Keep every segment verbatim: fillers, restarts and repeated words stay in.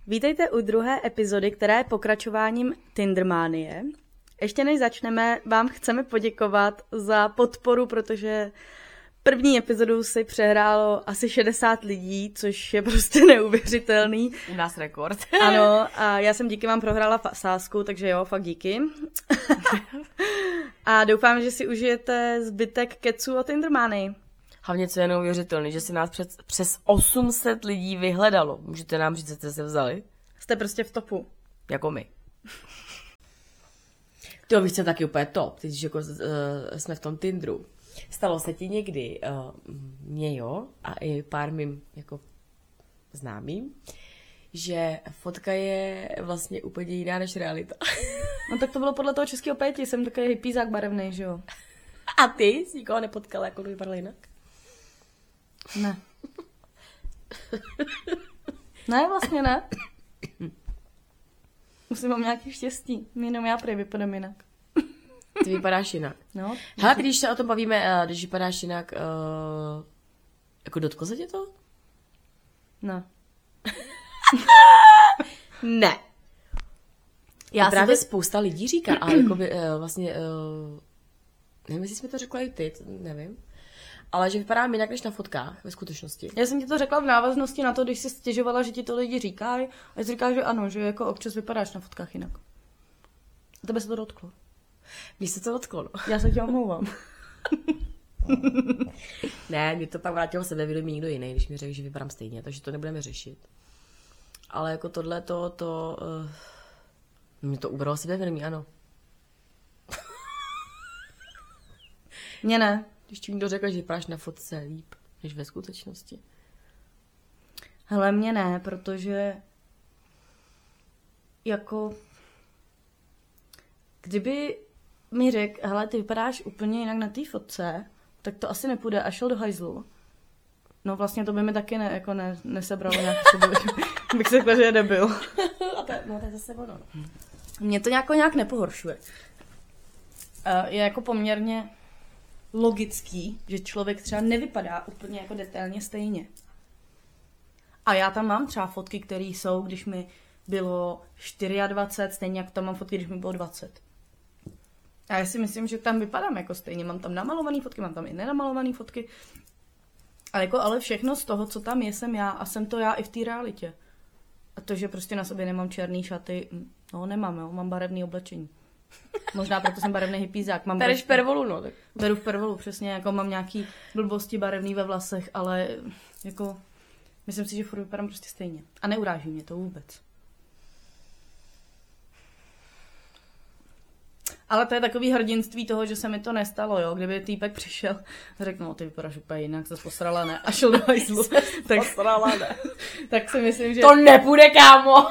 Vítejte u druhé epizody, která je pokračováním Tindermánie. Ještě než začneme, vám chceme poděkovat za podporu, protože první epizodu si přehrálo asi šedesát lidí, což je prostě neuvěřitelný. U nás rekord. Ano, a já jsem díky vám prohrála fa- sázku, takže jo, fakt díky. A doufám, že si užijete zbytek keců o Tindermánii. Hlavně, co je neuvěřitelný, že si nás před, přes osm set lidí vyhledalo. Můžete nám říct, co jste se vzali? Jste prostě v topu. Jako my. To bych chtěl taky úplně top, když jako, uh, jsme v tom Tinderu. Stalo se ti někdy, uh, mě jo, a i pár mým jako známým, že fotka je vlastně úplně jiná než realita. No tak to bylo podle toho českého péti, jsem takový hippízák barevnej, že jo. A ty jsi nikoho nepotkala, jako vypadala jinak? Ne. Ne, vlastně ne. Musím mám nějaký štěstí. Jenom já prý vypadám jinak. Ty vypadáš jinak. No. Hele, když se o tom bavíme, když vypadáš jinak, uh, jako dotklo se tě to? Ne. Ne. Já to právě to... spousta lidí říká, ale jako by, uh, vlastně, uh, nevím, jestli jsi mi to řekla i ty, nevím, ale že vypadám jinak než na fotkách ve skutečnosti. Já jsem ti to řekla v návaznosti na to, když jsi stěžovala, že ti to lidi říkají, a jsi říká, že ano, že jako občas vypadáš na fotkách jinak. Tebe se to dotklo. Mně se to dotklo, no. Já se tě omlouvám. Ne, mě to pak vrátilo sebevědomí někdo jiný, když mi řekl, že vypadám stejně, takže to nebudeme řešit. Ale jako tohle to, to uh, mě to ubralo sebevědomí, ano. Mně ne. Když ti někdo řekl, že vypadáš na fotce líp, než ve skutečnosti. Hele, mně ne, protože jako kdyby mi řekl, hele, ty vypadáš úplně jinak na té fotce, tak to asi nepůjde a šel do hajzlu. No vlastně to by mi taky ne, jako ne, nesebralo nějak sobě. Bych se řekla, že je debil. A to, no, to je zase ono. Mě to nějak, nějak nepohoršuje. Je jako poměrně logický, že člověk třeba nevypadá úplně jako detailně stejně. A já tam mám třeba fotky, které jsou, když mi bylo dvacet čtyři, stejně jak tam mám fotky, když mi bylo dvacet. A já si myslím, že tam vypadám jako stejně. Mám tam namalované fotky, mám tam i nenamalované fotky. Ale jako ale všechno z toho, co tam je, jsem já a jsem to já i v té realitě. A to, že prostě na sobě nemám černý šaty, no nemám, jo, mám barevné oblečení. Možná proto jsem barevný hippízák. Mám Bereš pervolu, no. Tak. Beru v pervolu, přesně, jako mám nějaký blbosti barevný ve vlasech, ale jako myslím si, že furt vypadám prostě stejně. A neuráží mě to vůbec. Ale to je takový hrdinství toho, že se mi to nestalo, jo. Kdyby týpek přišel a řekl, no ty vypadáš úplně jinak, se posrala, ne, a šel do hajzlu. tak, posrala, ne. tak si myslím, že... To nepůjde, kámo!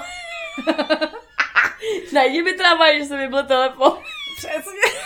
Najdi mi tramvaj, že se mi byl telefon. Přesně.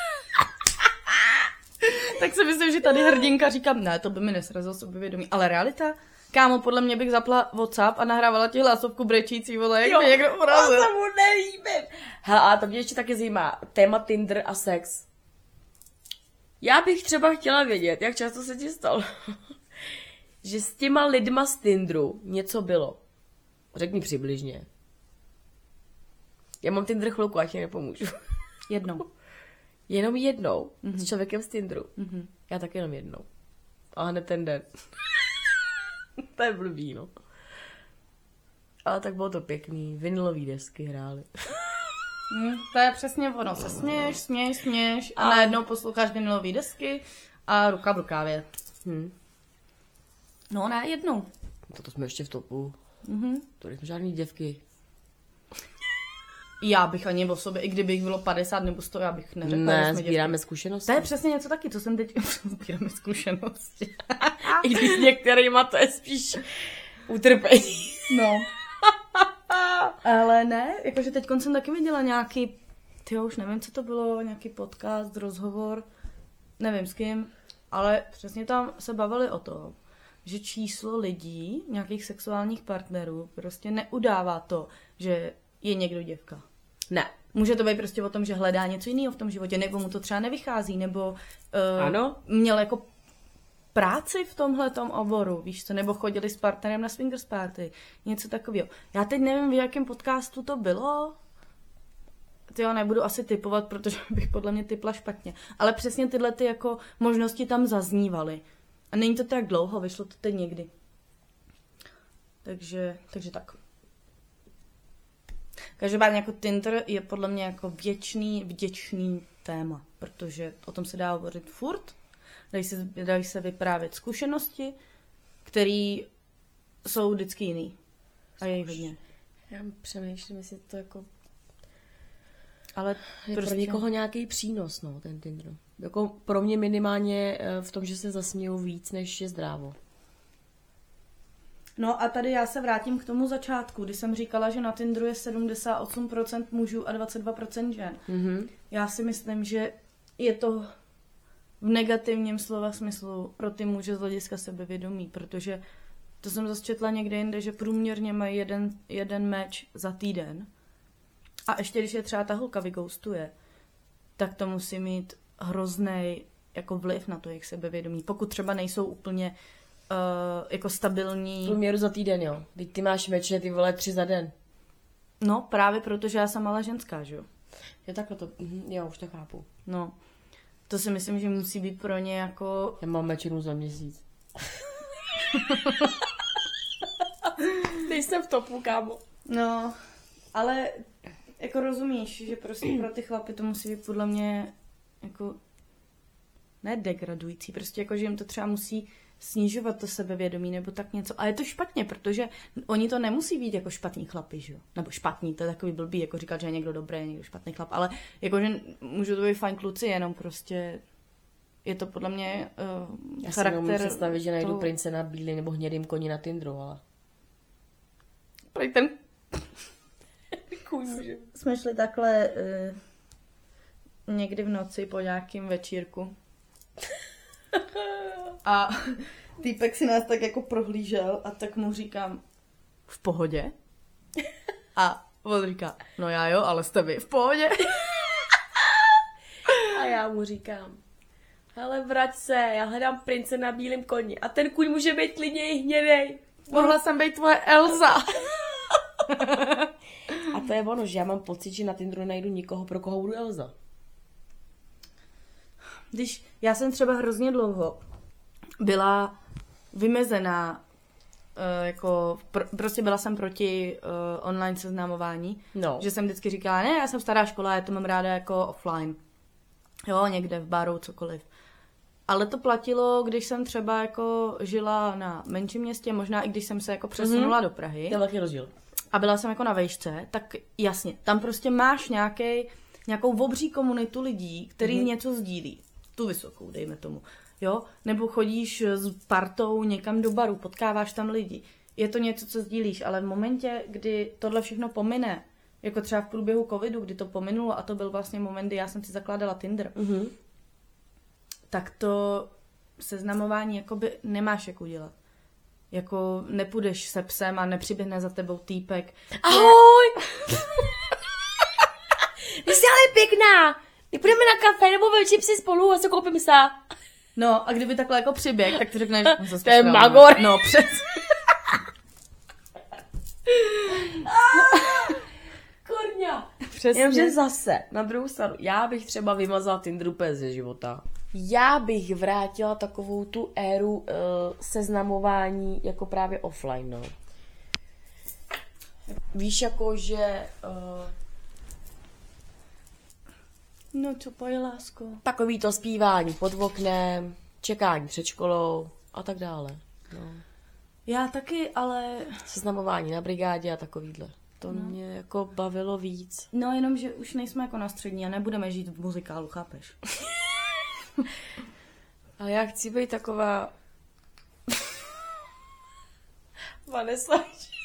Tak si myslím, že tady hrdinka říkám, ne, to by mi nesrazil sebevědomí. Ale realita? Kámo, podle mě bych zapla WhatsApp a nahrávala ti hlasovku brečící, vole, jak mě někdo urazil. Jo, to mu nelíbím. Hele, a to mě ještě taky zajímá. Téma Tinder a sex. Já bych třeba chtěla vědět, jak často se ti stalo, že s těma lidma z Tinderu něco bylo. Řekni přibližně. Já mám Tinder chvilku, ať ti nepomůžu. Jednou. Jenom jednou? Mm-hmm. S člověkem z Tinderu? Mm-hmm. Já tak jenom jednou. A hned ten den. To je blbý, no. Ale tak bylo to pěkný. Vinilový desky hráli. Mm, to je přesně ono. Se směš, směš, směš a, a najednou posloucháš vinilový desky a ruka v rukávě. Hmm. No ne, jednou. Toto jsme ještě v topu. Mm-hmm. To nejsme žádný děvky. Já bych ani o sobě, i kdybych bylo padesát nebo sto, já bych neřekla, ne, že jsme sbíráme děvky. zkušenosti. To je přesně něco taky, co jsem teď... Sbíráme zkušenosti. I když s některýma to je spíš utrpení. No. Ale ne, jakože teď jsem taky viděla nějaký, tyjo, už nevím, co to bylo, nějaký podcast, rozhovor, nevím s kým, ale přesně tam se bavili o tom, že číslo lidí, nějakých sexuálních partnerů, prostě neudává to, že je někdo děvka. Ne. Může to být prostě o tom, že hledá něco jiného v tom životě, nebo mu to třeba nevychází, nebo uh, ano? měl jako práci v tomhletom oboru, víš co, nebo chodili s partnerem na swingers party, něco takového. Já teď nevím, v jakém podcastu to bylo, ty jo, nebudu asi typovat, protože bych podle mě typla špatně, ale přesně tyhle ty jako možnosti tam zaznívaly. A není to tak dlouho, vyšlo to teď někdy. Takže, takže tak. Každopádně jako Tinder je podle mě jako věčný, vděčný téma, protože o tom se dá hovořit furt, dají se, dají se vyprávět zkušenosti, které jsou vždycky jiný. A je jich hodně. Já přemýšlím, jestli to jako ale je prostě... pro někoho nějaký přínos, no, ten Tinder. Jako pro mě minimálně v tom, že se zasměju víc, než je zdrávo. No a tady já se vrátím k tomu začátku, kdy jsem říkala, že na Tinderu je sedmdesát osm procent mužů a dvacet dva procent žen. Mm-hmm. Já si myslím, že je to v negativním slova smyslu pro ty muže z hlediska sebevědomí, protože to jsem zase četla někde jinde, že průměrně mají jeden, jeden match za týden. A ještě když je třeba ta holka vyghostuje, tak to musí mít hroznej jako vliv na to jejich sebevědomí. Pokud třeba nejsou úplně uh, jako stabilní. Průměru za týden, jo. Teď ty máš meče, ty vole, tři za den. No, právě protože já jsem ale ženská, že jo. Je takhle to, mhm, jo, už to chápu. No, to si myslím, že musí být pro ně jako... Já mám mečinu za měsíc. Teď jsem v topu, kámo. No, ale jako rozumíš, že prostě pro ty chlapy to musí být podle mě jako ne degradující, prostě jako, že jim to třeba musí snižovat to sebevědomí nebo tak něco. A je to špatně, protože oni to nemusí být jako špatní chlapi, že jo? Nebo špatní, to je takový blbý, jako říkat, že je někdo dobrý, někdo špatný chlap, ale jakože můžou to být fajn kluci, jenom prostě je to podle mě uh, Já charakter... Já si nemůžu představit, že najdu toho... prince na bílý nebo hnědým koni na Tinderu, ale... Prej ten... Kůže. Jsme šli takhle uh, někdy v noci po nějakým večírku. A týpek si nás tak jako prohlížel a tak mu říkám, v pohodě? A on říká, no já jo, ale jste vy v pohodě? A já mu říkám, hele vrať se, já hledám prince na bílém koni a ten kůň může být klidně i hnědej. Mohla jsem být tvoje Elza. A to je ono, že já mám pocit, že na Tinderu najdu nikoho, pro koho budu Elza. Když já jsem třeba hrozně dlouho byla vymezená, uh, jako, pr- prostě byla jsem proti uh, online seznamování, no. Že jsem vždycky říkala, ne, já jsem stará škola, já to mám ráda jako offline. Jo, někde v baru, cokoliv. Ale to platilo, když jsem třeba jako žila na menším městě, možná i když jsem se jako přesunula mm-hmm. do Prahy. To je velký rozdíl. A byla jsem jako na vejšce, tak jasně, tam prostě máš nějaký, nějakou obří komunitu lidí, který mm-hmm. něco sdílí. Tu vysokou, dejme tomu. Jo? Nebo chodíš s partou někam do baru, potkáváš tam lidi. Je to něco, co sdílíš, ale v momentě, kdy tohle všechno pomine, jako třeba v průběhu covidu, kdy to pominulo a to byl vlastně moment, kdy já jsem si zakládala Tinder, mm-hmm. tak to seznamování jakoby nemáš jak udělat. Jako nepůjdeš se psem a nepřiběhne za tebou týpek. Ahoj! Vy jsi ale pěkná! My půjdeme na kafe nebo ve čipsy spolu a se koupím psa. No a kdyby takhle jako přiběh, tak ty řekneš... To je magor. No přes. Kurňa. Přesně. Jenomže zase, na druhou stranu, já bych třeba vymazala Tinder úplně ze života. Já bych vrátila takovou tu éru uh, seznamování jako právě offline, no. Víš, jako, že... Uh, no čo poje, lásko. Takový to zpívání pod oknem, čekání před školou a tak dále. No. Já taky, ale... Seznamování na brigádě a takovýhle. To no. mě jako bavilo víc. No jenom, že už nejsme jako na střední a nebudeme žít v muzikálu, chápeš? Ale já chci být taková... Vanessa.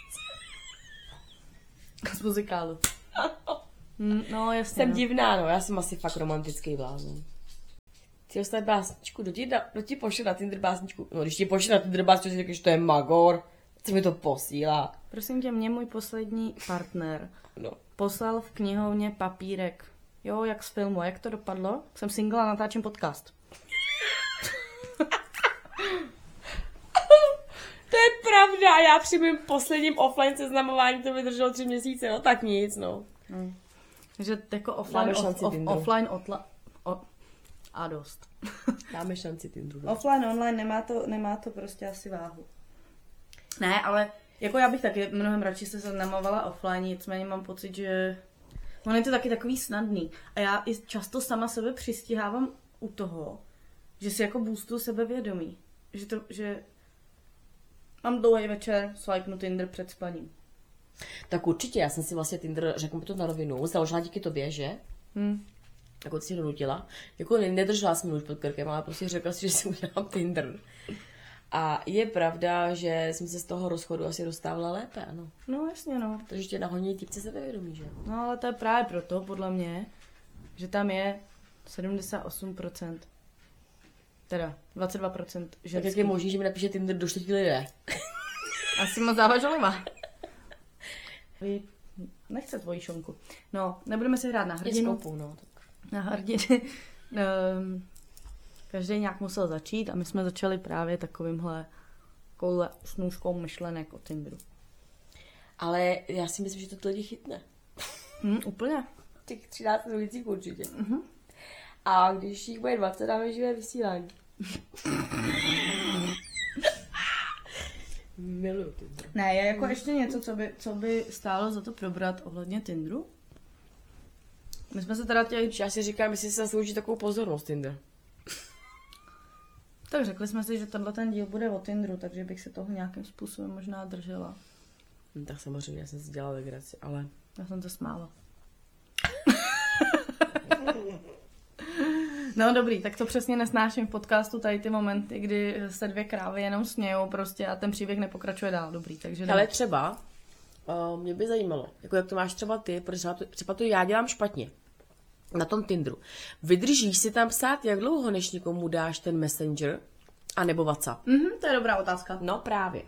Z muzikálu. No, jasně. Jsem no. divná, no. Já jsem asi fakt romantický blázen. Chci dostat básničku, kdo ti, da, kdo ti pošle na Tinder básničku? No, když ti pošle na Tinder básničku, řekneš, že to je magor. Co mi to posílá? Prosím tě, mě můj poslední partner no. poslal v knihovně papírek. Jo, jak z filmu. Jak to dopadlo? Jsem single a natáčím podcast. pravda, já při mým posledním offline seznamování to vydrželo tři měsíce, no tak nic, no. Hmm. Takže jako offline, off, off, offline, otla, o, a dost. Dáme šanci Tinderu. Offline, online, nemá to, nemá to prostě asi váhu. Ne, ale jako já bych taky mnohem radši se seznamovala offline, nicméně mám pocit, že on je to taky takový snadný. A já i často sama sebe přistihávám u toho, že si jako boostuju sebevědomí. Že to, že mám dlouhý večer, swipenu Tinder před spaním. Tak určitě, já jsem si vlastně Tinder, řeknu to na rovinu, založila díky tobě, že? Hmm. Jako si donutila. Jako nedržela jsem už pod krkem, ale prostě řekla si, že si udělám Tinder. A je pravda, že jsem se z toho rozchodu asi dostávala lépe, ano. No jasně, no. Protože tě nahoní týpce sebevědomí, že? No ale to je právě proto, podle mě, že tam je sedmdesát osm procent. Teda dvacet dva procent ženských. Tak jak je možný, že mi napíše Tinder do čtvrtí lidé? Asi moc závažová. Vy nechce tvoji šonku. No, nebudeme si hrát na hrdinu. Skopu, no, tak. Na hrdiny. um, každý nějak musel začít a my jsme začali právě takovýmhle takovouhle snůžkou myšlenek o Tinderu. Ale já si myslím, že to lidi chytne. Hmm, úplně. Těch třináct ulicích určitě. Uh-huh. A když jich bude dvacet, dáme živé vysílání. Miluju Tinder. Ne, je jako ještě něco, co by, co by stálo za to probrat ohledně Tinderu? My jsme se teda chtěli... Já si říkám, jestli se zaslouží takovou pozornost Tinder. Tak řekli jsme si, že tenhle ten díl bude o Tinderu, takže bych se toho nějakým způsobem možná držela. No, tak samozřejmě, já jsem si dělala legraci, ale... Já jsem to smála. No dobrý, tak to přesně nesnáším v podcastu, tady ty momenty, kdy se dvě krávy jenom smějou prostě a ten příběh nepokračuje dál. Dobrý, takže... Ale třeba, uh, mě by zajímalo, jako jak to máš třeba ty, protože třeba to já dělám špatně na tom Tinderu. Vydržíš si tam psát, jak dlouho, než někomu dáš ten Messenger, anebo WhatsApp? Mhm, to je dobrá otázka. No právě.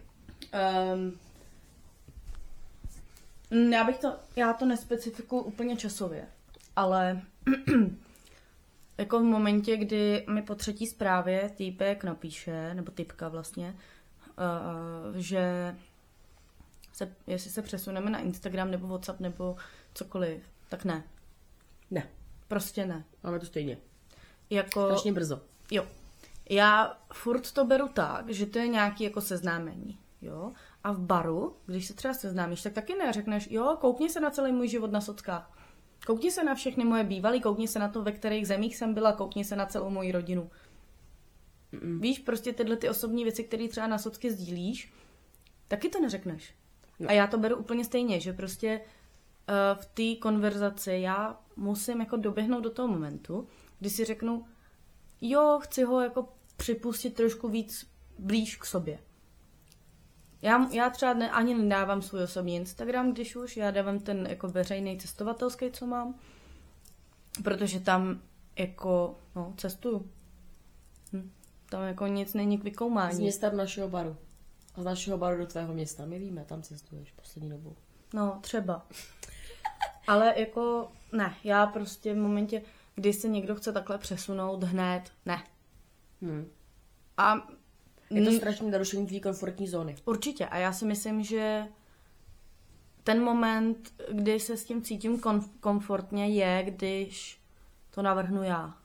Um, já bych to, já to nespecifikuju úplně časově, ale jako v momentě, kdy mi po třetí zprávě týpek napíše, nebo typka vlastně, uh, že se, jestli se přesuneme na Instagram nebo WhatsApp nebo cokoliv, tak ne. Ne. Prostě ne. Máme to stejně. Jako, Strašně brzo. Jo. Já furt to beru tak, že to je nějaký jako seznámení. Jo? A v baru, když se třeba seznámíš, tak taky neřekneš, jo, koukni se na celý můj život na sockách. Koukni se na všechny moje bývalý, koukni se na to, ve kterých zemích jsem byla, koukni se na celou moji rodinu. Mm-mm. Víš, prostě tyhle ty osobní věci, které třeba na socky sdílíš, taky to neřekneš. No. A já to beru úplně stejně, že prostě uh, v té konverzaci já musím jako doběhnout do toho momentu, kdy si řeknu, jo, chci ho jako připustit trošku víc blíž k sobě. Já, já třeba ne, ani nedávám svůj osobní Instagram, když už, já dávám ten jako veřejný cestovatelský, co mám, protože tam jako, no, cestuju. Hm. Tam jako nic není k vykoumání. Z města do našeho baru. A z našeho baru do tvého města. My víme, tam cestuješ poslední dobou. No, třeba. Ale jako, ne, já prostě v momentě, kdy se někdo chce takhle přesunout hned, ne. Hmm. A je to strašně narušení tvý komfortní zóny. Určitě. A já si myslím, že ten moment, kdy se s tím cítím konf- komfortně, je, když to navrhnu já.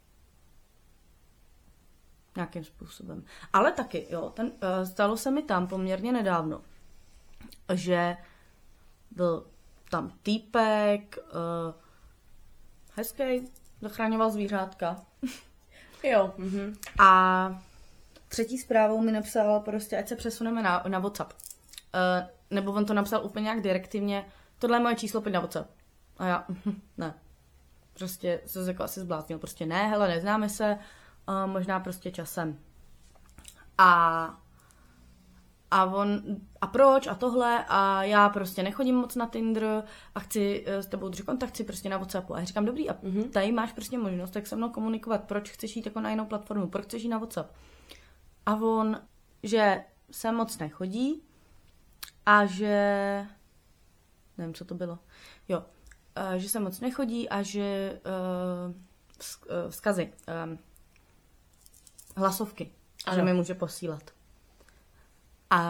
Nějakým způsobem. Ale taky, jo, ten, uh, stalo se mi tam poměrně nedávno, že byl tam týpek, uh, hezký, zachraňoval zvířátka. Jo. Mhm. A třetí zprávou mi napsal prostě, ať se přesuneme na, na WhatsApp. Uh, nebo on to napsal úplně nějak direktivně, tohle je moje číslo, pojď na WhatsApp. A já, ne. Prostě se jako asi zbláznil. Prostě ne, hele, neznáme se, uh, možná prostě časem. A a on, a proč, a tohle, a já prostě nechodím moc na Tinder a chci uh, s tebou držet kontakt, chci prostě na WhatsAppu. A já říkám, dobrý, a mm-hmm. tady máš prostě možnost, tak se mnou komunikovat, proč chceš jít jako na jinou platformu, proč chceš jít na WhatsApp. A on, že sem moc nechodí a že, nevím, co to bylo, jo, uh, že sem moc nechodí a že uh, vz, uh, vzkazy, um, hlasovky, ano. Že mi může posílat. A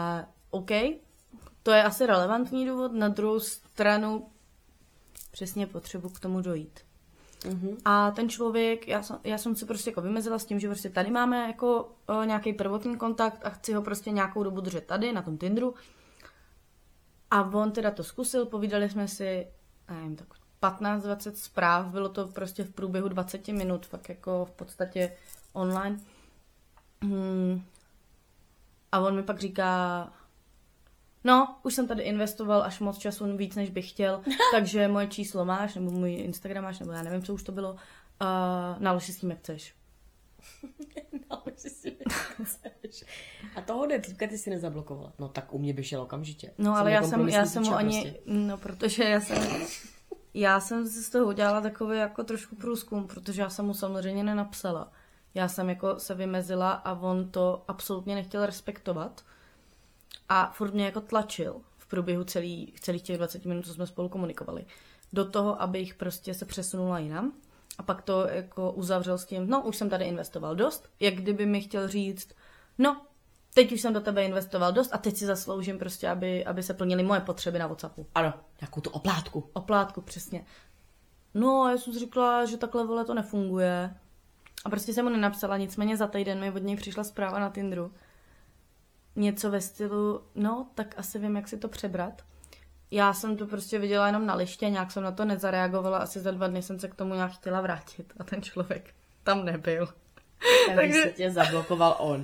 OK, to je asi relevantní důvod, na druhou stranu přesně potřebu k tomu dojít. Mm-hmm. A ten člověk, já jsem, já jsem se prostě jako vymezila s tím, že prostě tady máme jako o, nějaký prvotní kontakt a chci ho prostě nějakou dobu držet tady, na tom Tinderu. A on teda to zkusil, povídali jsme si, nevím, tak patnáct dvacet zpráv, bylo to prostě v průběhu dvacet minut, fakt jako v podstatě online. Hmm. A on mi pak říká, no, už jsem tady investoval až moc času, víc než bych chtěl, takže moje číslo máš, nebo můj Instagram máš, nebo já nevím, co už to bylo, uh, nalož si s tím, jak chceš. Nalož si s tím, jak chceš. A tohohle týpka ty si nezablokovala. No tak u mě by šel okamžitě. No, ale já jsem, já jsem mu ani, prostě. No, protože já jsem, já jsem si z toho udělala takový jako trošku průzkum, protože já jsem mu samozřejmě nenapsala. Já jsem jako se vymezila a on to absolutně nechtěl respektovat. A furt mě jako tlačil v průběhu celý, celých těch dvacet minut, co jsme spolu komunikovali. Do toho, abych prostě se přesunula jinam. A pak to jako uzavřel s tím, no už jsem tady investoval dost, jak kdyby mi chtěl říct, no teď už jsem do tebe investoval dost a teď si zasloužím prostě, aby, aby se plnily moje potřeby na WhatsAppu. Ano, nějakou tu oplátku. Oplátku, přesně. No, já jsem si říkala, že takhle vole to nefunguje. A prostě jsem mu nenapsala, nicméně za týden mi od něj přišla zpráva na Tinderu. Něco ve stylu, no, tak asi vím, jak si to přebrat. Já jsem to prostě viděla jenom na liště, nějak jsem na to nezareagovala, asi za dva dny jsem se k tomu nějak chtěla vrátit a ten člověk tam nebyl. Takže se tě zablokoval on.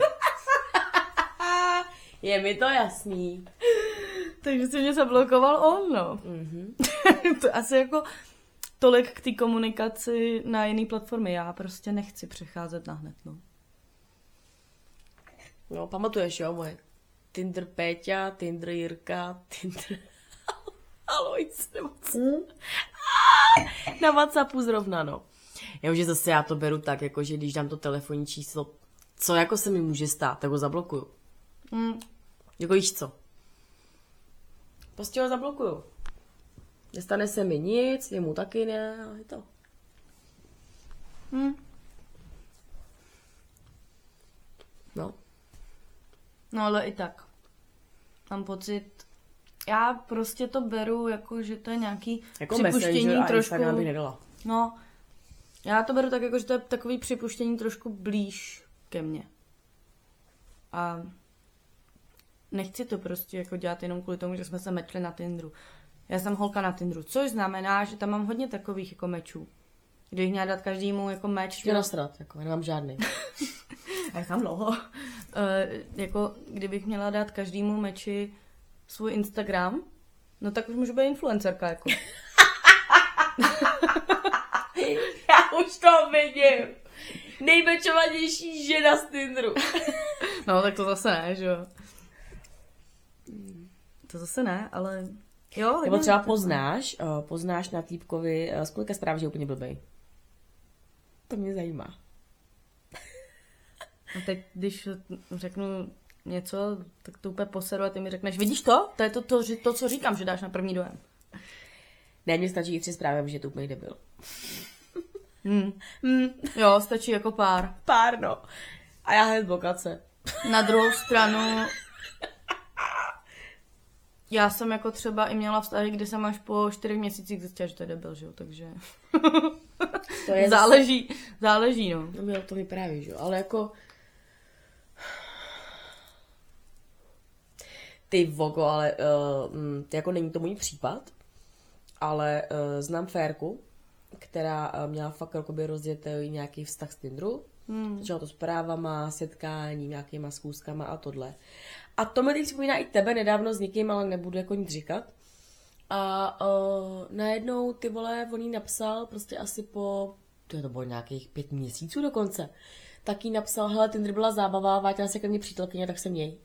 Je mi to jasný. Takže se mě zablokoval on, no. Mm-hmm. To asi jako tolik k té komunikaci na jiný platformy. Já prostě nechci přecházet na hned, no. No, pamatuješ, jo, moje Tinder Péťa, Tinder Jirka, Tinder Alois, nebo co? Mm. Na WhatsAppu zrovna, no. Jo, že zase já to beru tak, jako že když dám to telefonní číslo, co jako se mi může stát, tak ho zablokuju. Mm. Jako víš co? Prostě ho zablokuju. Nestane se mi nic, jemu taky ne, a je to. Mm. No. No ale i tak. Mám pocit, já prostě to beru jako, že to je nějaký jako připuštění a trošku. Instagram bych nedala. No, já to beru tak jako, že to je takový připuštění trošku blíž ke mně. A nechci to prostě jako dělat jenom kvůli tomu, že jsme se mečli na Tinderu. Já jsem holka na Tinderu, což znamená, že tam mám hodně takových jako mečů. Když měla dát každému jako meč. Mě nasrat, jako, já nemám žádný. A je tam mnoho. Uh, jako, kdybych měla dát každému meči svůj Instagram, no tak už můžu být influencerka, jako. Já už to vidím. Nejmečovanější žena z Tinderu. No, tak to zase ne, že jo. To zase ne, ale jo. Nebo třeba poznáš, uh, poznáš na týpkovi, uh, z kolika zpráv, že je úplně blbej. To mě zajímá. A teď, když řeknu něco, tak to úplně poseru a ty mi řekneš, vidíš to? To je to, to, to, co říkám, že dáš na první dojem. Ne, mně stačí i tři zprávy, že je to úplně debil. Hmm. Hmm. Jo, stačí jako pár. Pár, no. A já hned blokace. Na druhou stranu, já jsem jako třeba i měla vztahy, kdy jsem až po čtyřech měsících zjistila, že to je debil, že jo, takže to je záleží, zase... záleží, no. No mi to vypráví, že jo, ale jako ty vogo, ale uh, ty jako není to můj případ, ale uh, znám Férku, která uh, měla fakt jakoby rozjetý nějaký vztah s Tinderu. Hmm. Začala to s právama, setkání, nějakýma schůzkama a tohle. A to mi teď připomíná i tebe nedávno s někým, ale nebudu jako nic říkat. A uh, najednou ty vole, on jí napsal prostě asi po, to, to bylo nějakých pět měsíců dokonce, tak jí napsal, hele, Tinder byla zábava, vrátila se ke mně přítelkyně, tak se měj.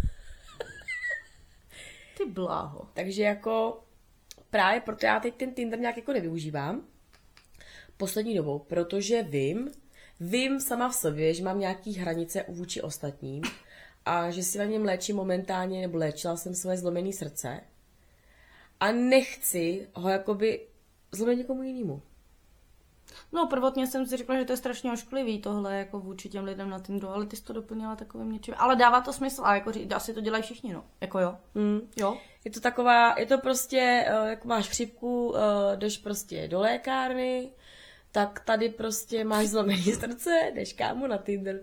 Ty bláho. Takže jako právě proto já teď ten Tinder nějak jako nevyužívám poslední dobou, protože vím, vím sama v sobě, že mám nějaký hranice vůči ostatním a že si na něm léčím momentálně, nebo léčila jsem svoje zlomené srdce a nechci ho jakoby zlomit někomu jinému. No, prvotně jsem si řekla, že to je strašně ošklivý tohle, jako vůči těm lidem na Tinderu, ale ty jsi to doplnila takovým něčím. Ale dává to smysl a jako ří- asi to dělají všichni, no. Jako jo. Mm. Jo. Je to taková, je to prostě, uh, jak máš chřipku, uh, jdeš prostě do lékárny, tak tady prostě máš zlomený srdce, jdeš kámo na Tinder.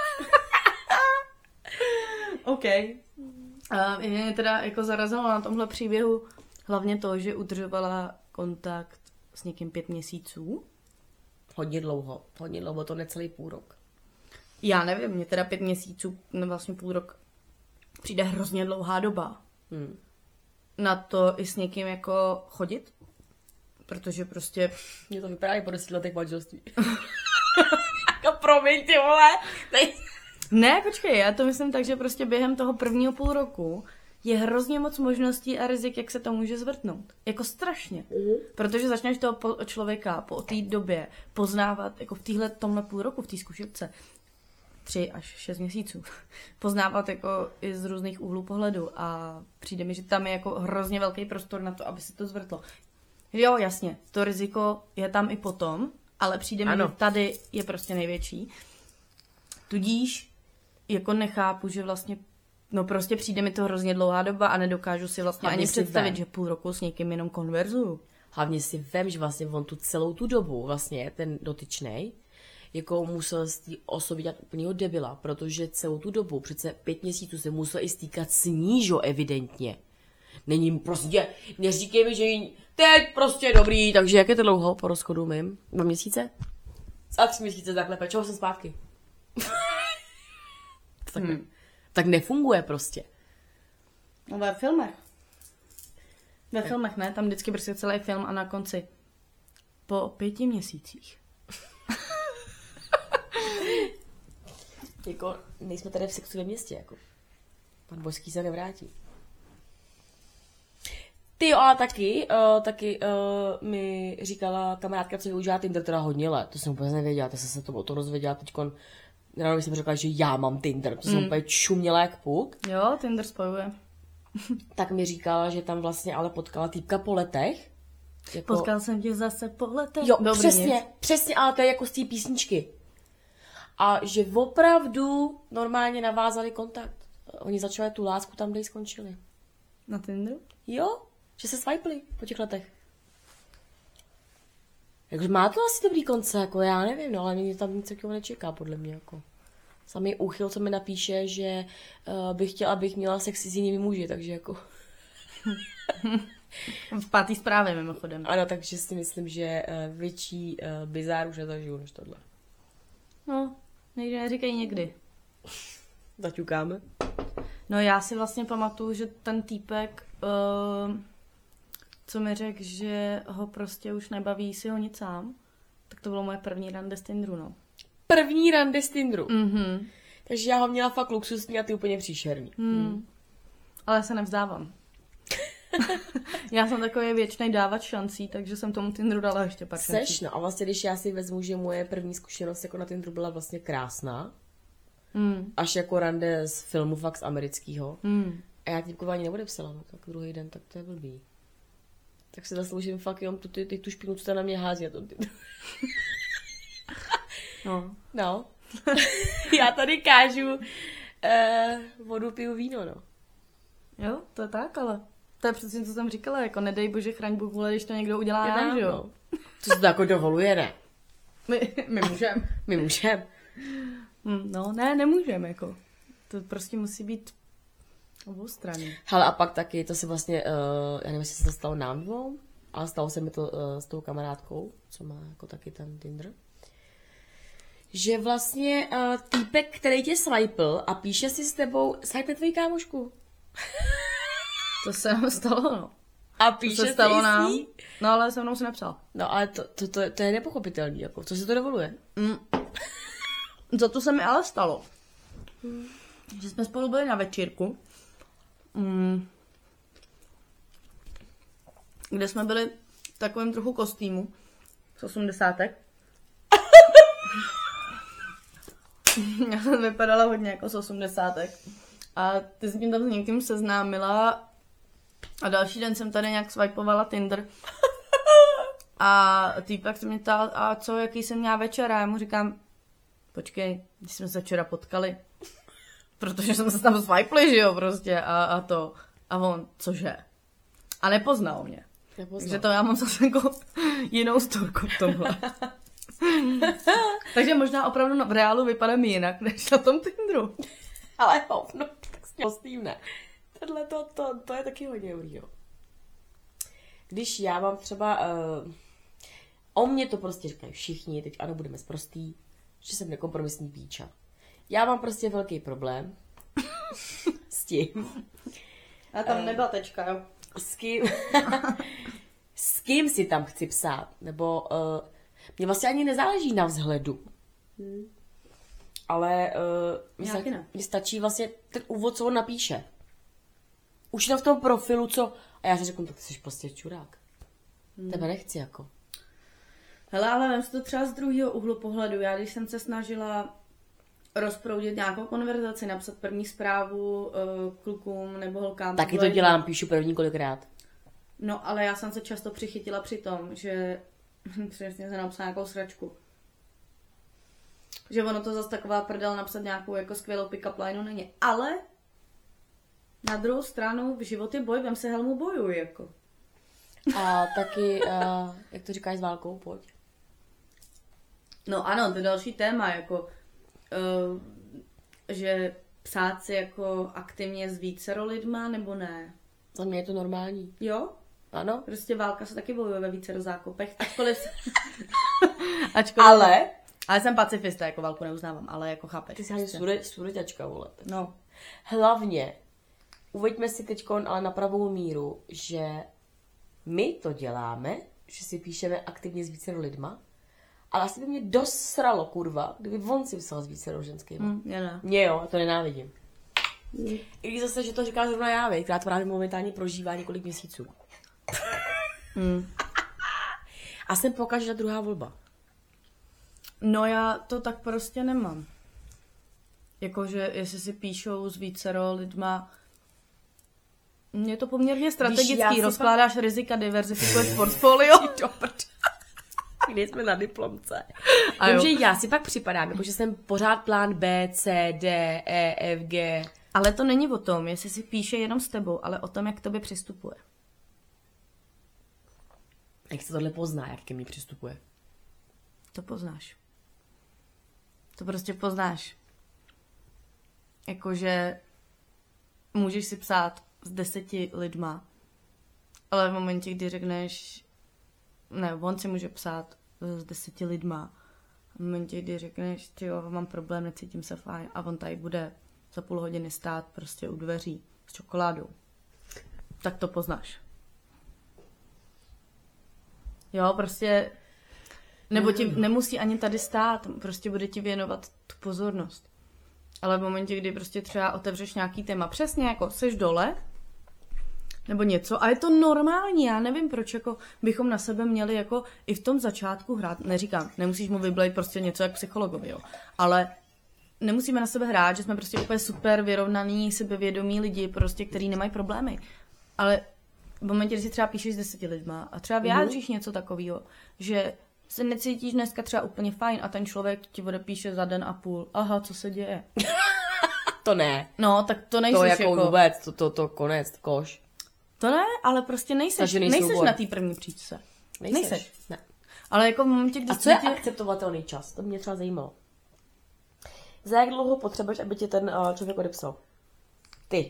OK. Uh, mě teda jako zarazilo na tomhle příběhu hlavně to, že udržovala kontakt s někým pět měsíců. Hodně dlouho, hodně dlouho, to necelý půl rok. Já nevím, mě teda pět měsíců, no vlastně půl rok, přijde hrozně dlouhá doba. Hmm. Na to i s někým jako chodit, protože prostě... Mně to vypadá i po deseti letech manželství. Jako promiň, ty vole. Ne, počkej, já to myslím tak, že prostě během toho prvního půl roku je hrozně moc možností a rizik, jak se to může zvrtnout. Jako strašně. Uh-huh. Protože začneš toho po- člověka po té době poznávat, jako v téhle tomhle půl roku, v té zkušebce, tři až šest měsíců, poznávat jako i z různých úhlů pohledu a přijde mi, že tam je jako hrozně velký prostor na to, aby se to zvrtlo. Jo, jasně, to riziko je tam i potom, ale přijde mi, Ano. že tady je prostě největší. Tudíž jako nechápu, že vlastně, no prostě přijde mi to hrozně dlouhá doba a nedokážu si vlastně Hlavně ani si představit, vem. že půl roku s někým jenom konverzuju. Hlavně si vem, že vlastně on tu celou tu dobu, vlastně ten dotyčnej, jako musel z té osoby dělat úplného debila, protože celou tu dobu, přece pět měsíců se musel i stýkat s ní, že evidentně. Není prostě, neříkej mi, že jí teď prostě dobrý, takže jak je to dlouho po rozchodu mým? Dva měsíce? A tři měsíce takhle, čeho jsem zpátky? tak, hmm. ne, tak nefunguje prostě. No ve filmech. Ve filmech ne, tam vždycky prostě celý film a na konci po pěti měsících. Jako, nejsme tady v sexu ve městě, jako. Pan Božský se nevrátí. Ty jo, ale taky, uh, taky uh, mi říkala kamarádka, co využívá Tinder teda hodně let. To jsem úplně nevěděla, to jsem se to o tom rozvěděla teďkon. Ráno jsem řekla, že já mám Tinder, to jsem Mm. úplně čuměla jak puk. Jo, Tinder spojuje. Tak mi říkala, že tam vlastně ale potkala týpka po letech. Jako... Potkal jsem tě zase po letech. Jo, Dobrý, přesně, nic. přesně, ale to je jako z té písničky. A že opravdu normálně navázali kontakt. Oni začali tu lásku tam, kde ji skončili. Na Tinderu? Jo, že se swipeli po těch letech. Jakože má to asi dobrý konce, jako já nevím, no, ale mě tam nic takového nečeká, podle mě, jako. Samý úchyl, co mi napíše, že uh, bych chtěla, abych měla sex s jinými muži, takže jako... V pátý zprávě mimochodem. Ano, takže si myslím, že uh, větší uh, bizár už nezažiju než tohle. No, někdy neříkají někdy. Zaťukáme. No já si vlastně pamatuju, že ten týpek, uh, co mi řekl, že ho prostě už nebaví si ho nic sám, tak to bylo moje první rande z Tinderu, no. První rande z Tinderu. Mhm. Takže já ho měla fakt luxusní a ty úplně příšerný. Hmm. Mm. Ale se nevzdávám. Já jsem takový věčný dávat šancí, takže jsem tomu Tinderu dala ještě pár šancí. Seš, no a vlastně, když já si vezmu, že moje první zkušenost jako na Tinderu byla vlastně krásná, Hmm. až jako rande z filmu fakt z amerického. Hmm. A já týpkovi ani neodepsala, no tak druhý den, tak to je blbý. Tak si zasloužím fakt jenom tu, ty, ty, tu špinu, co tam na mě hází na tom Tinderu. No. No. Já tady kážu eh, vodu, piju víno, no. Jo, to je tak, ale to je přesně, co jsem říkala, jako nedej bože, chraň Bůh vůle, když to někdo udělá nám, že jo? No. To se to jako dovoluje, ne? My, my můžeme. My můžeme. Hmm, no, ne, nemůžeme, jako. To prostě musí být oboustranný. Hele, a pak taky, to se vlastně, uh, já nevím, jestli se to stalo nám dvou, ale stalo se mi to uh, s tou kamarádkou, co má jako taky ten Tinder. Že vlastně uh, týpek, který tě swipel a píše si s tebou, swipe tvoji kámošku. To se nám stalo, no. A To píše se stalo si nám, s ní? no ale se mnou se nepsal. No ale to, to, to, to je nepochopitelný, jako, co se to dovoluje? Mm. Za to se mi ale stalo. Že jsme spolu byli na večírku, mm, kde jsme byli v takovém trochu kostýmu z osmdesátek. Já jsem vypadala hodně jako z osmdesátek. A ty jsi mě tam s někým seznámila a další den jsem tady nějak swipeovala Tinder. A týpek se mě ptal, a co, jaký jsem měla večer? A já mu říkám, počkej, když jsme se včera potkali, protože jsme se tam swipeli, že jo, prostě, a, a to. A on, cože? A nepoznal mě. Nepoznal. Takže to já mám zase jako jinou storku v tomhle. Takže možná opravdu v reálu vypadám jinak, než na tom Tinderu. Ale hovno, tak s tím ne. Tohle to, to, to je taky hodně dobrý, jo. Když já mám třeba... Uh, o mě to prostě říkají všichni, teď ano, budeme sprostý, že jsem nekompromisní píča. Já mám prostě velký problém s tím. A tam uh, nebyla tečka, jo. S kým... s kým si tam chci psát, nebo... Uh, mně vlastně ani nezáleží na vzhledu. Hmm. Ale uh, mně, sta- mně stačí vlastně ten úvod, co on napíše. Už tam v tom profilu, co... A já řeknu, tak jsi prostě čurák. Hmm. Tebe nechci, jako. Hele, ale vem si to třeba z druhého úhlu pohledu. Já, když jsem se snažila rozproudit nějakou konverzaci, napsat první zprávu uh, klukům nebo holkám... Taky to dělám, píšu první kolikrát. No, ale já jsem se často přichytila při tom, že... Přesně jsem napsala nějakou sračku. Že ono to zase taková prdel napsat nějakou jako skvělou pick-up lineu není. Ale na druhou stranu v životě boj, vem se helmu bojuj, jako. A taky, uh, jak to říkáš s válkou, pojď. No ano, to je další téma, jako, uh, že psát si jako aktivně s vícero lidma, nebo ne? Za mě je to normální. Jo? Ano. Prostě válka se taky bojuje ve vícero zákopech, ačkoliv... ačkoliv... Ale... Ale jsem pacifista, jako válku neuznávám, ale jako chápeš. Ty jsi ani sude, sudeťačka, vole. No. Hlavně, uveďme si teďkon ale na pravou míru, že my to děláme, že si píšeme aktivně s vícero lidma, ale asi by mě dost sralo, kurva, kdyby on si psal s vícero ženskýma. Mm, já ne. Mě jo, to nenávidím. Mm. I když zase, že to říká zrovna já, vej, která to právě momentálně prožívá několik měsíců. Mm. A jsem pokaždé druhá volba. No já to tak prostě nemám. Jakože jestli si píšou s vícero lidma, je to poměrně strategický, rozkládáš pak... rizika, diverzifikuješ portfolio. Když jsme na diplomce. Takže já si pak připadám, jako že jsem pořád plán B, C, D, E, F, G. Ale to není o tom, jestli si píše jenom s tebou, ale o tom, jak k tobě přistupuje. Jak se tohle pozná, jak ke mně přistupuje? To poznáš. To prostě poznáš. Jakože můžeš si psát s deseti lidma, ale v momentě, kdy řekneš, ne, on si může psát s deseti lidma, v momentě, kdy řekneš, jo, mám problém, necítím se fajn, a on tady bude za půl hodiny stát prostě u dveří s čokoládou, tak to poznáš. Jo, prostě, nebo ti nemusí ani tady stát, prostě bude ti věnovat tu pozornost. Ale v momentě, kdy prostě třeba otevřeš nějaký téma, přesně jako seš dole, nebo něco, a je to normální, já nevím, proč jako bychom na sebe měli jako i v tom začátku hrát, neříkám, nemusíš mu vyblejt prostě něco jak psychologovi, jo, ale nemusíme na sebe hrát, že jsme prostě úplně super vyrovnaný, sebevědomí lidi, prostě, který nemají problémy, ale v momentě, kdy si třeba píšeš s deseti lidma a třeba vyjádříš mm. něco takového, že se necítíš dneska třeba úplně fajn a ten člověk ti odepíše za den a půl, aha, co se děje? To ne. No, tak to nejseš to jako... jako... vůbec, to, to, to konec, koš. To ne, ale prostě nejseš, nejseš na té první příčce. Nejseš. nejseš. Ne. Ale jako v momentě, kdy... A co je tě... akceptovatelný čas? To mě třeba zajímalo. Za jak dlouho potřebuješ, aby tě ten uh, člověk odepsal? Ty.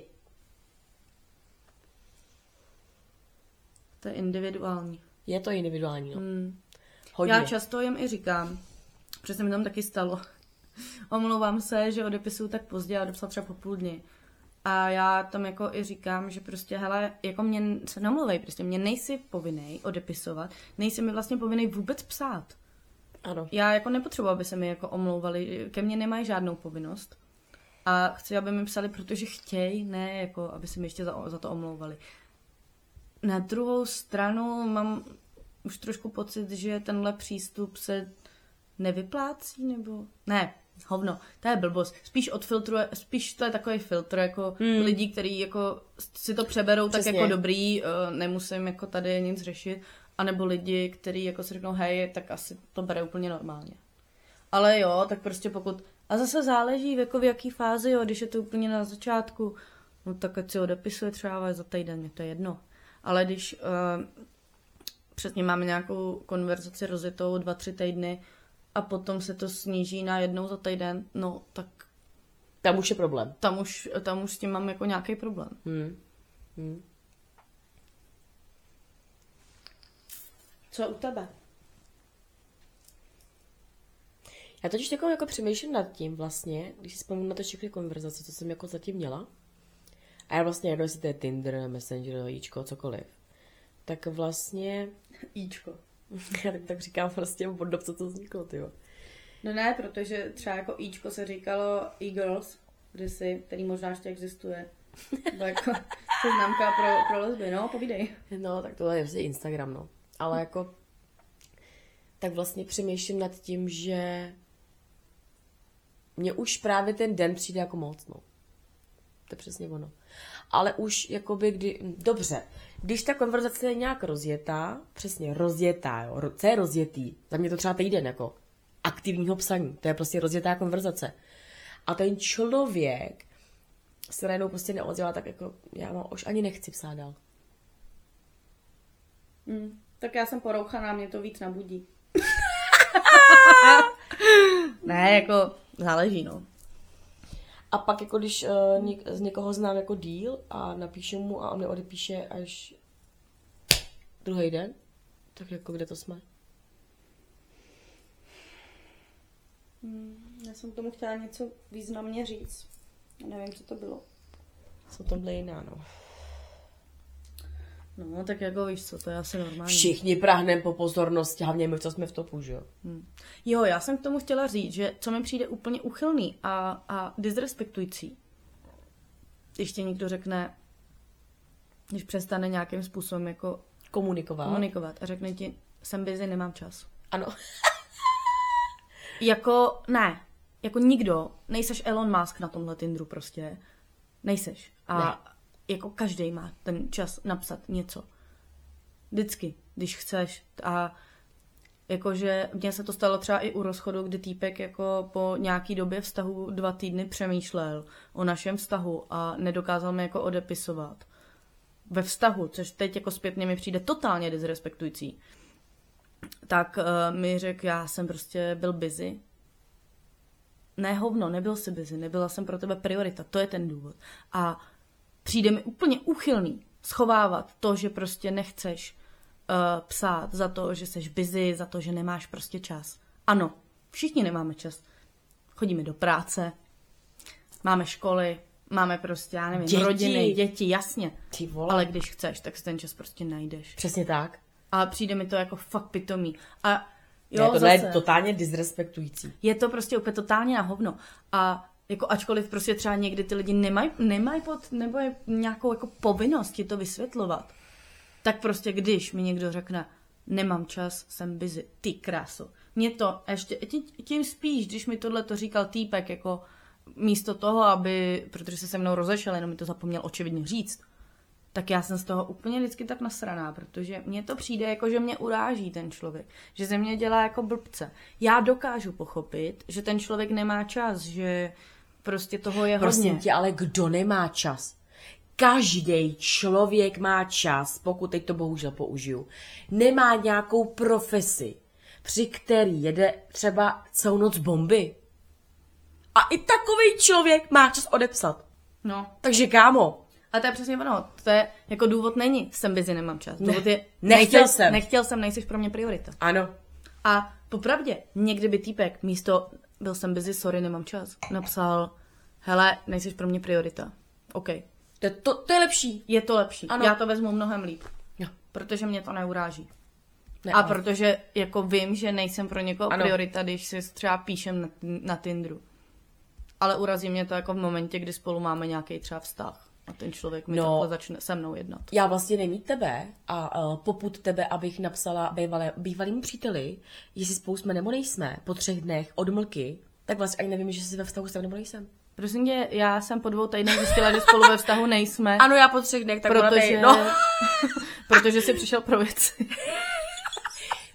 To je individuální. Je to individuální, no. Hmm. Já často jim i říkám, protože se mi tam taky stalo. Omlouvám se, že odepisuju tak pozdě a odepsal třeba po půl dny. A já tam jako i říkám, že prostě, hele, jako mě se nemluvej, prostě mě nejsi povinnej odepisovat, nejsi mi vlastně povinnej vůbec psát. Ano. Já jako nepotřebuji, aby se mi jako omlouvali, ke mně nemají žádnou povinnost. A chci, aby mi psali, protože chtějí, ne jako, aby se mi ještě za, za to omlouvali. Na druhou stranu mám už trošku pocit, že tenhle přístup se nevyplácí, nebo... Ne, hovno, to je blbost. Spíš odfiltruje, spíš to je takový filtr, jako hmm. lidí, kteří jako si to přeberou. Přesně. Tak jako dobrý, nemusím jako tady nic řešit. anebo lidi, kteří jako si řeknou, hej, tak asi to bere úplně normálně. Ale jo, tak prostě pokud... A zase záleží, jako v jaký fázi, jo, když je to úplně na začátku, no tak ať si odepisuje třeba za týden, mě to je jedno. Ale když uh, přesně máme nějakou konverzaci rozjetou dva, tři týdny a potom se to sníží na jednou za týden, no tak... Tam už je problém. Tam už, tam už s tím mám jako nějaký problém. Hmm. Hmm. Co u tebe? Já totiž takovou jako přemýšlím nad tím vlastně, když si vzpomínám na to všechny konverzace, co jsem jako zatím měla. A já vlastně jedno, jestli to je Tinder, Messenger, Ičko, cokoliv. Tak vlastně... Ičko. Já tak, tak říkám vlastně od dob, co to vzniklo, tyjo. No ne, protože třeba jako Ičko se říkalo e-girls, kdysi, který možná ještě existuje. To jako seznamka pro, pro lesby, no, povídej. No, tak tohle je vlastně Instagram, no. Ale jako... Tak vlastně přemýšlím nad tím, že... Mně už právě ten den přijde jako moc, no. To je přesně ono. Ale už jakoby, kdy... Dobře, když ta konverzace je nějak rozjetá, přesně rozjetá, jo. Co je rozjetý? Za mě to třeba týden, jako aktivního psaní. To je prostě rozjetá konverzace. A ten člověk se najednou prostě neozdělá, tak jako já mám, už ani nechci psát dál. Mm, tak já jsem porouchaná, mě to víc nabudí. Ne, jako záleží, no. A pak jako když uh, něk- z někoho znám jako díl a napíšu mu a on mi odepíše až druhý den, tak jako kde to jsme? Hmm, já jsem tomu chtěla něco významně říct. Já nevím, co to bylo. Jsou tomhle jiná, no. No, tak jako víš co, to je asi normální. Všichni prahneme po pozornosti, hlavně my, co jsme v topu, že jo? Hmm. Jo, já jsem k tomu chtěla říct, že co mi přijde úplně uchylný a, a disrespektující, když ti někdo řekne, když přestane nějakým způsobem jako Komunikovat. komunikovat a řekne ti, jsem busy, nemám čas. Ano. Jako, ne, jako nikdo, nejseš Elon Musk na tomhle Tinderu prostě, nejseš. A ne. Jako každý má ten čas napsat něco. Vždycky, když chceš. A jakože mně se to stalo třeba i u rozchodu, kdy týpek jako po nějaký době vztahu dva týdny přemýšlel o našem vztahu a nedokázal mi jako odepisovat. Ve vztahu, což teď jako zpětně mi přijde totálně disrespektující. Tak uh, mi řekl, já jsem prostě byl busy. Ne hovno, nebyl jsi busy, nebyla jsem pro tebe priorita, to je ten důvod. A přijde mi úplně úchylný schovávat to, že prostě nechceš uh, psát za to, že jsi busy, za to, že nemáš prostě čas. Ano, všichni nemáme čas. Chodíme do práce, máme školy, máme prostě, já nevím, děti. rodiny, děti, jasně. Ty vole. Ale když chceš, tak si ten čas prostě najdeš. Přesně tak. A přijde mi to jako fakt pitomý. A jo, ne, tohle zase, je totálně disrespektující. je to prostě úplně totálně na hovno. A jako ačkoliv prostě třeba někdy ty lidi nemají nemaj pod, nebo je nějakou jako povinnost ti to vysvětlovat, tak prostě když mi někdo řekne, nemám čas, jsem busy, ty kráso. Mě to ještě, tím spíš, když mi tohle to říkal týpek, jako místo toho, aby, protože se se mnou rozešel, jenom mi to zapomněl očividně říct, tak já jsem z toho úplně vždycky tak nasraná, protože mně to přijde jako, že mě uráží ten člověk, že ze mě dělá jako blbce. Já dokážu pochopit, že ten člověk nemá čas, že prostě toho je Prosím hodně. tě, ale kdo nemá čas? Každý člověk má čas, pokud teď to bohužel použiju, nemá nějakou profesi, při který jede třeba celou noc bomby. A i takový člověk má čas odepsat. No. Takže kámo. A to je přesně ono. To je, jako důvod není, jsem busy, nemám čas. Ne, Důvod je, nechtěl nechtěl, jsem. Nechtěl jsem, nejseš pro mě priorita. Ano. A popravdě, někdy by týpek místo byl jsem busy, sorry, nemám čas, napsal, hele, nejseš pro mě priorita. OK. To, to, to je lepší. Je to lepší. Ano. Já to vezmu mnohem líp. Jo. Protože mě to neuráží. Ne, A ale... protože jako vím, že nejsem pro někoho Ano. priorita, když si třeba píšem na, na Tinderu. Ale urazí mě to jako v momentě, kdy spolu máme nějaký třeba vztah. A ten člověk mi No. takhle začne se mnou jednat. Já vlastně nemít tebe a uh, poput tebe, abych napsala bývalé, bývalým příteli, jestli spolu jsme nebo nejsme, po třech dnech od mlky, tak vlastně ani nevím, že jsi ve vztahu jsem nebo nejsem. Prosím tě, já jsem po dvou týdnech zjistila, že spolu ve vztahu nejsme. Ano, já po třech dnech, tak protože, ona tady, no. protože jsi přišel pro věci.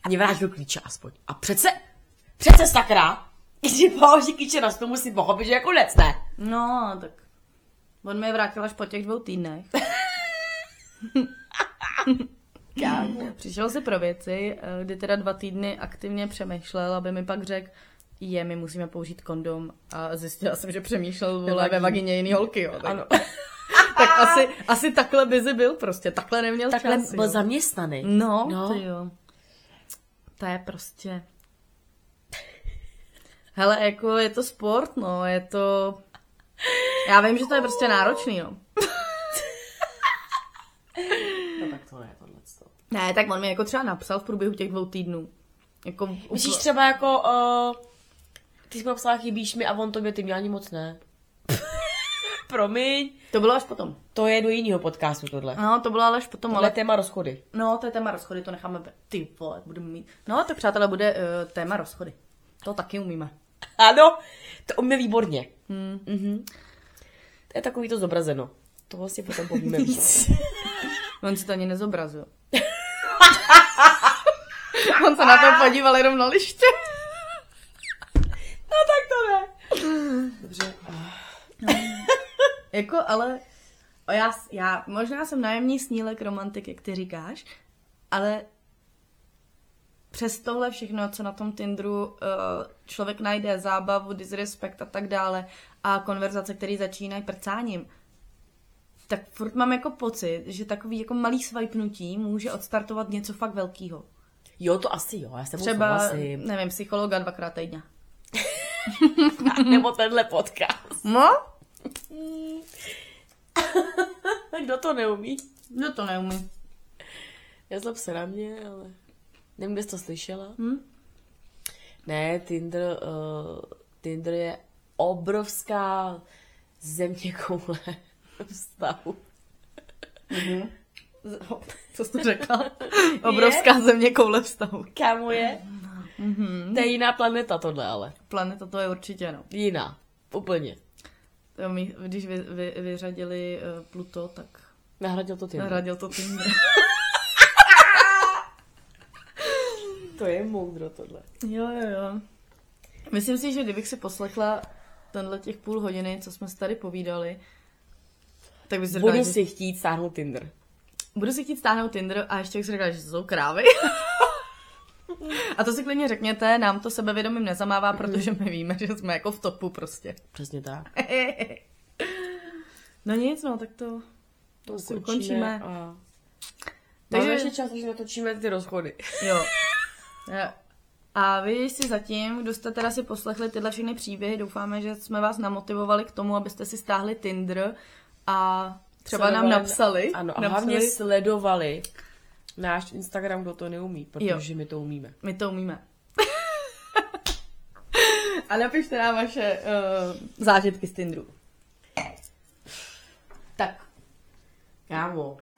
Mě vrátil klíče aspoň. A přece, přece sakra, když položí klíče na stůl, musím pochopit, že je konec, ne? No, tak on mi je vrátil až po těch dvou týdnech. Kámo. Přišel si pro věci, kdy teda dva týdny aktivně přemýšlel, aby mi pak řekl, je, my musíme použít kondom a zjistila jsem, že přemýšlel vole, ve vagině jiný holky, jo. Tak, Ano. tak asi, asi takhle busy byl prostě, takhle neměl Takhle čas. byl jo. zaměstnaný. No, No. no. Ty jo. To je prostě... Hele, jako je to sport, no, je to... Já vím, že to je prostě náročný, no. No tak to ne, tohle. Ne, tak on mi jako třeba napsal v průběhu těch dvou týdnů. Jako... Myslíš třeba jako, uh, ty jsi mi napsala, chybíš mi a on tobě, ty mě ani moc ne. Promiň. To bylo až potom. To je do jiného podcastu tohle. No, to bylo ale až potom, Tohle ale... je téma rozchody. No, to je téma rozchody, to necháme... Be... Ty vole, budeme mít... No, tak přátelé, bude uh, téma rozchody. To taky umíme. Ano, to umíme výborně. Hmm. Mhm. To je takový to zobrazeno. Toho si potom povíme víc. On si to ani nezobrazil. On se na to podíval jenom na liště. No tak to ne. Dobře. Jako, ale o, já, já možná jsem nájemní snílek romantik, jak ty říkáš, ale přes tohle všechno, co na tom Tinderu uh, člověk najde, zábavu, disrespekt a tak dále a konverzace, které začínají prcáním, tak furt mám jako pocit, že takový jako malý swipenutí může odstartovat něco fakt velkýho. Jo, to asi jo, já se Třeba, souhlasím. nevím, psychologa dvakrát týdně. Nebo tenhle podcast. No? Kdo to neumí? Kdo to neumí? Nezlob se na mě, ale nevím, kde jsi to slyšela. Hm? Ne, Tinder, uh, Tinder je obrovská země koule vztahu. Mhm. Co jsi to řekla? Obrovská země koule vztahu. Kámo je? Mhm. To je jiná planeta tohle, ale. Planeta to je určitě, no. Jiná. Úplně. To my, když vy, vy, vyřadili uh, Pluto, tak Nahradil to Tinder. nahradil to Tinder. To je moudro tohle. Jo, jo, jo. Myslím si, že kdybych si poslechla tenhle těch půl hodiny, co jsme si tady povídali, tak bych si řekla, Budu že... si chtít stáhnout Tinder. Budu si chtít stáhnout Tinder a ještě bych si řekla, že to jsou krávy. A to si klidně řekněte, nám to sebevědomím nezamává, protože my víme, že jsme jako v topu prostě. Přesně tak. No nic, no, tak to, To si ukončíme. A... Takže- Takže ještě čas, že natočíme ty rozchody. Jo. A vy si zatím, kdo jste teda si poslechli tyhle všechny příběhy, doufáme, že jsme vás namotivovali k tomu, abyste si stáhli Tinder a třeba nám Sledovali- napsali. Ano, a napsali, hlavně sledovali náš Instagram, kdo to neumí, protože Jo. my to umíme. My to umíme. A napište nám vaše uh, zážitky z Tinderu. Tak. Kámo,